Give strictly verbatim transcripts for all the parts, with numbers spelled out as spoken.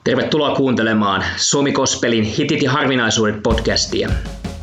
Tervetuloa kuuntelemaan Suomi Gospelin Hitit ja harvinaisuudet podcastia.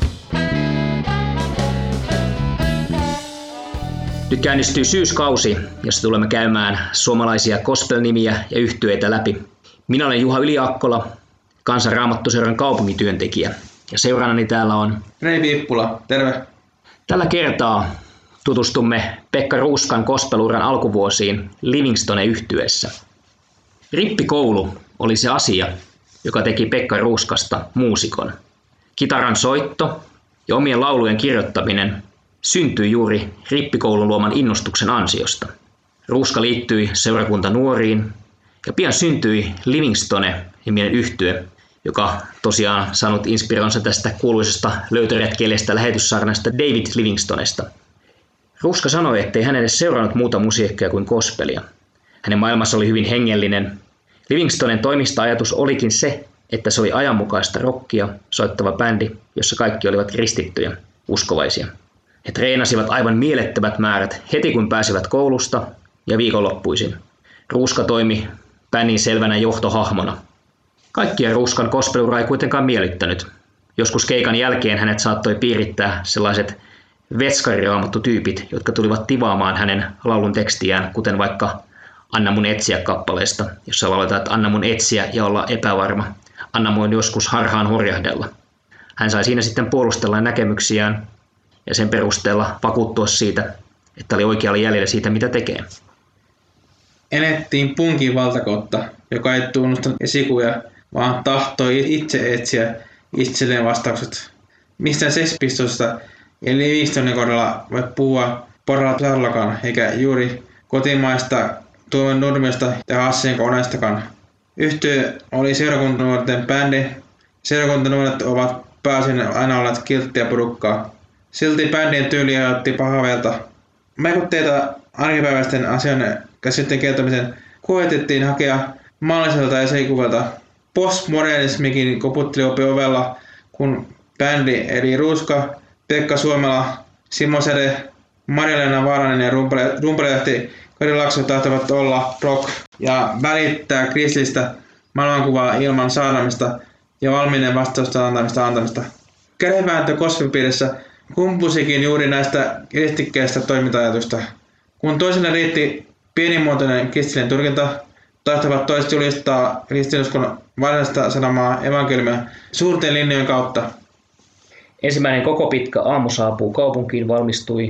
Nyt käynnistyy syyskausi, jossa tulemme käymään suomalaisia gospel-nimiä ja yhtyeitä läpi. Minä olen Juha Yliakkola, Kansan Raamattuseuran kaupungityöntekijä, ja seurannani täällä on Rei Viippula, terve! Tällä kertaa tutustumme Pekka Ruuskan gospeluran alkuvuosiin Livingstone-yhtyeessä. Rippikoulu oli se asia, joka teki Pekka Ruuskasta muusikon. Kitaran soitto ja omien laulujen kirjoittaminen syntyi juuri rippikoulun luoman innostuksen ansiosta. Ruuska liittyi seurakunta nuoriin ja pian syntyi Livingstone-niminen yhtye, joka tosiaan saanut inspironsa tästä kuuluisesta löytöretkeilijästä lähetyssarnasta David Livingstonesta. Ruuska sanoi, ettei hän edes seurannut muuta musiikkia kuin gospelia. Hänen maailmassa oli hyvin hengellinen. Livingstonen toimista-ajatus olikin se, että se oli ajanmukaista rockia soittava bändi, jossa kaikki olivat kristittyjä, uskovaisia. He treenasivat aivan mielettömät määrät heti kun pääsivät koulusta ja viikonloppuisin. Ruuska toimi bändin selvänä johtohahmona. Kaikkia Ruuskan gospelura ei kuitenkaan miellyttänyt. Joskus keikan jälkeen hänet saattoi piirittää sellaiset vetskariraamattu-tyypit, jotka tulivat tivaamaan hänen laulun tekstiään, kuten vaikka Anna mun etsiä kappaleesta, jossa lauletaan, että anna mun etsiä ja olla epävarma. Anna mun joskus harhaan horjahdella. Hän sai siinä sitten puolustella näkemyksiään ja sen perusteella vakuuttua siitä, että oli oikealla jäljellä siitä, mitä tekee. Elettiin punkin valtakoutta, joka ei tunnustanut esikuja, vaan tahtoi itse etsiä itselleen vastaukset. Mistään sespistosta ja Livingstonen kohdalla voi puhua porralla tasollakaan, eikä juuri kotimaista Tuomen Nurmiosta ja Hassien koneistakaan. Yhtye oli seurakuntanuorten bändi. Seurakuntanuoret ovat pääosin aina olleet kilttiä porukkaa. Silti bändin tyyli aiheutti pahavelta. Vaikutteita arkipäiväisten asioiden käsitteen kertomisen koetettiin hakea maalliselta esikuvalta. Postmodernismikin koputteli opi ovella, kun bändi eli Ruuska, Pekka Suomela, Simo Sede, Marja-Leena Vaaranen ja rumpalehti Kari Laakso tahtovat olla rock ja välittää kristillistä maailmankuvaa ilman saarnamista ja valmiiden vastausta antamista antamista. Kädenvääntö gospelpiirissä kumpusikin juuri näistä kristikkeistä toiminta-ajatusta. Kun toiselle riitti pienimuotoinen kristillinen tulkinta, tahtoivat toiset julistaa kristinuskon varsinaista sanomaa evankeliumia suurten linjojen kautta. Ensimmäinen koko pitkä aamu saapuu kaupunkiin valmistui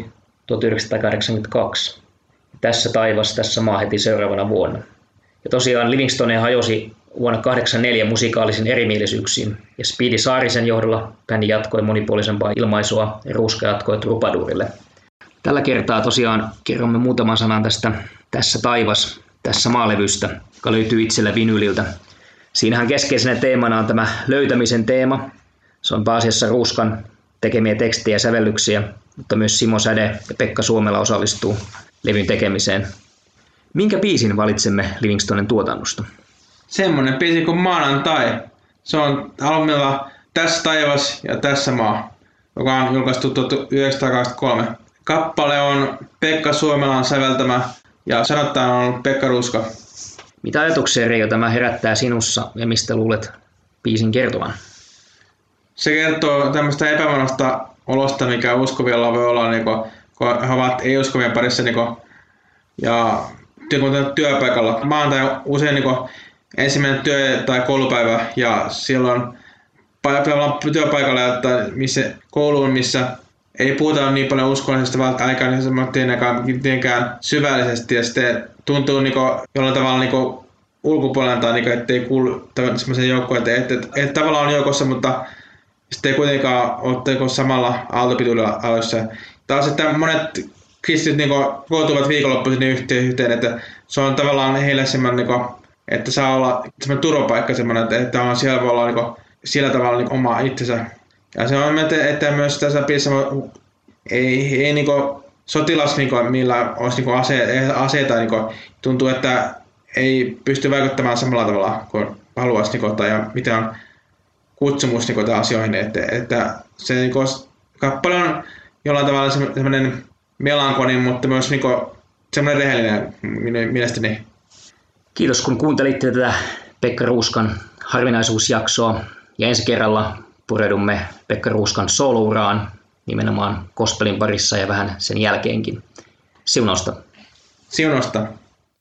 tuhatyhdeksänsataakahdeksankymmentäkaksi. Tässä taivas, tässä maa heti seuraavana vuonna. Ja tosiaan Livingstone hajosi vuonna kahdeksankymmentäneljä musikaalisen erimielisyyksiin, ja Speedy Saarisen johdolla bändi jatkoi monipuolisempaa ilmaisua ja Ruuska jatkoi trupadurille. Tällä kertaa tosiaan kerromme muutaman sanan tästä Tässä taivas, tässä maalevystä, joka löytyy itsellä vinyliltä. Siinähän keskeisenä teemana on tämä löytämisen teema. Se on pääasiassa Ruuskan tekemiä tekstejä ja sävellyksiä, mutta myös Simo Säde ja Pekka Suomela osallistuu levyn tekemiseen. Minkä biisin valitsemme Livingstonen tuotannosta? Semmoinen biisi kuin Maanantai. Se on albumilla Tässä taivas ja tässä maa, joka on julkaistu tuhatyhdeksänsataakaksikymmentäkolme. Kappale on Pekka Suomelan säveltämä ja sanottaja on ollut Pekka Ruuska. Mitä ajatuksia, Reijo, tämä herättää sinussa ja mistä luulet biisin kertovan? Se kertoo tämmöistä epävarmasta olosta, mikä uskovilla voi olla, niin kun he ovat ei-uskovien parissa niin kun, ja työpaikalla. Maanantai on usein niin kun, ensimmäinen työ- tai koulupäivä ja silloin työpaikalla, että missä kouluun, missä ei puhuta niin paljon uskollisesta aikaisemmasta mitenkään syvällisesti ja sitten tuntuu niin kun, jollain tavalla niin kun, ulkopuolelta, niin kun, ettei kuulu semmoisen joukkoon, että, että, että, että tavallaan on joukossa, mutta sitten ei kuitenkaan ole samalla aaltopituudella alussa. Taas, että monet kristityt niin kokoontuvat viikonloppuisin yhteen, että se on tavallaan heille semmoinen, niin että saa olla semmoinen turvapaikka, semmoinen, että, että on, siellä voi olla niin sillä tavalla niin oma itsensä. Ja se on, että myös tässä biisissä ei, ei niin sotilas, niin kuin, millä olisi niin ase, aseita, niin kuin, tuntuu, että ei pysty vaikuttamaan samalla tavalla kuin haluaisi niin tai mitä on kutsumus niin asioihin, että, että se niin kuin, kappale on jollain tavalla semmoinen melankolinen, mutta myös niin kuin, semmoinen rehellinen mielestäni. Kiitos kun kuuntelitte tätä Pekka Ruuskan harvinaisuusjaksoa ja ensi kerralla pureudumme Pekka Ruuskan soolouraan nimenomaan gospelin parissa ja vähän sen jälkeenkin. Siunausta. Siunausta.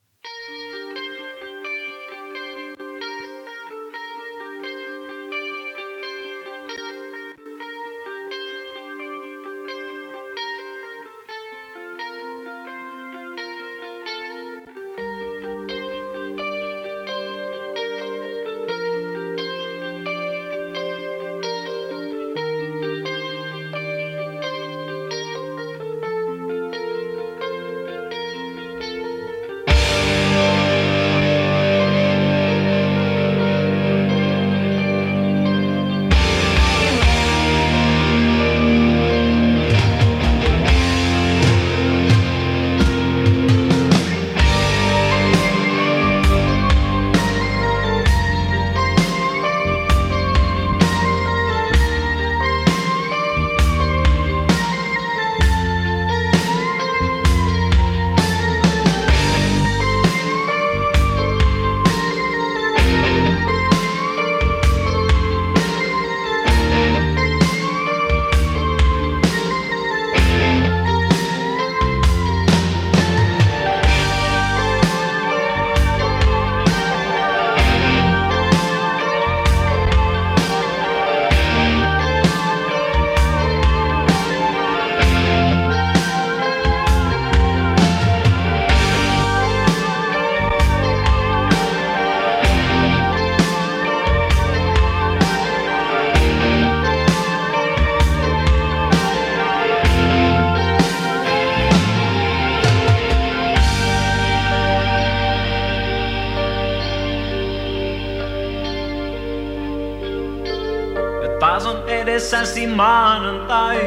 Taas on edessäsi maanantai,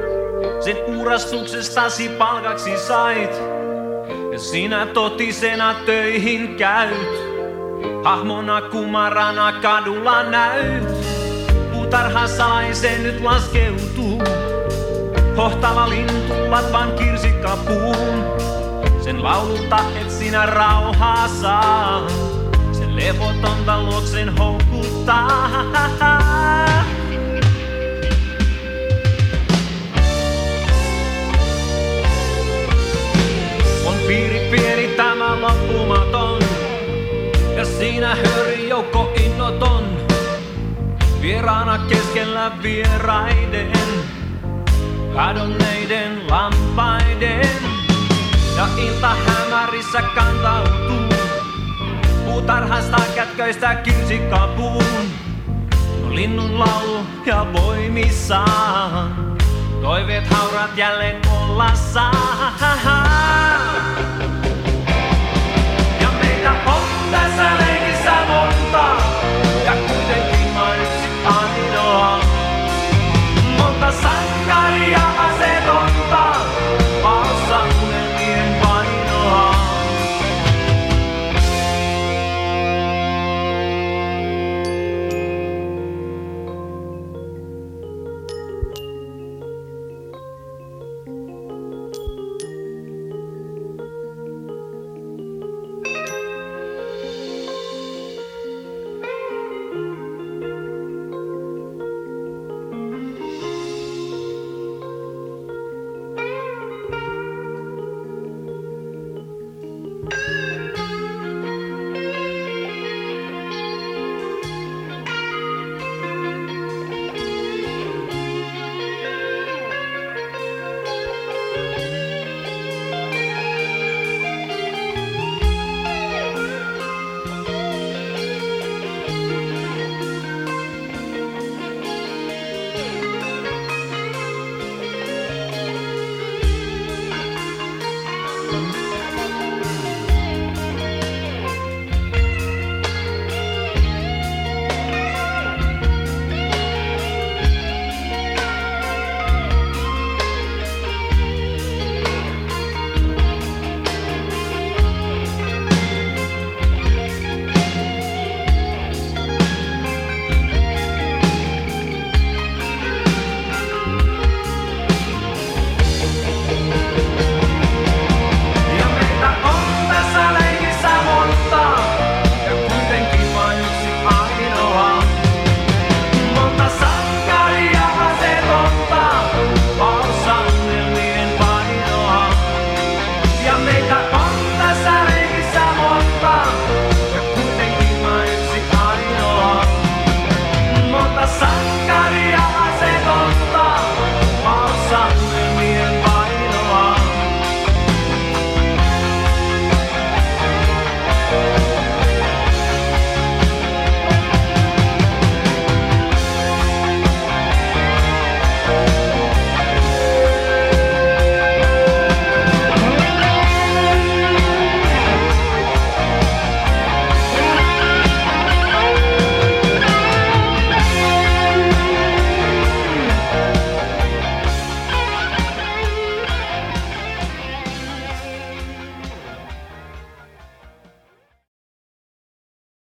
sen uurastuksestasi palkaksi sait. Ja sinä totisena töihin käyt, hahmona kumarana kadulla näyt. Puutarhan salaisen nyt laskeutuu, hohtava lintu latvan kirsikkapuun. Sen laululta et sinä rauhaa saa, sen levotonta luoksen houkuttaa. Piiri pieni tämä loppumaton, ja siinä höri joukko innoton. Vieraana keskellä vieraiden, kadonneiden lampaiden. Ja ilta hämärissä kantautuu, puutarhasta kätköistä kirsikkapuun. No linnun laulu ja voimissaan, toiveet haurat jälleen olla saa. Ja meitä on tässä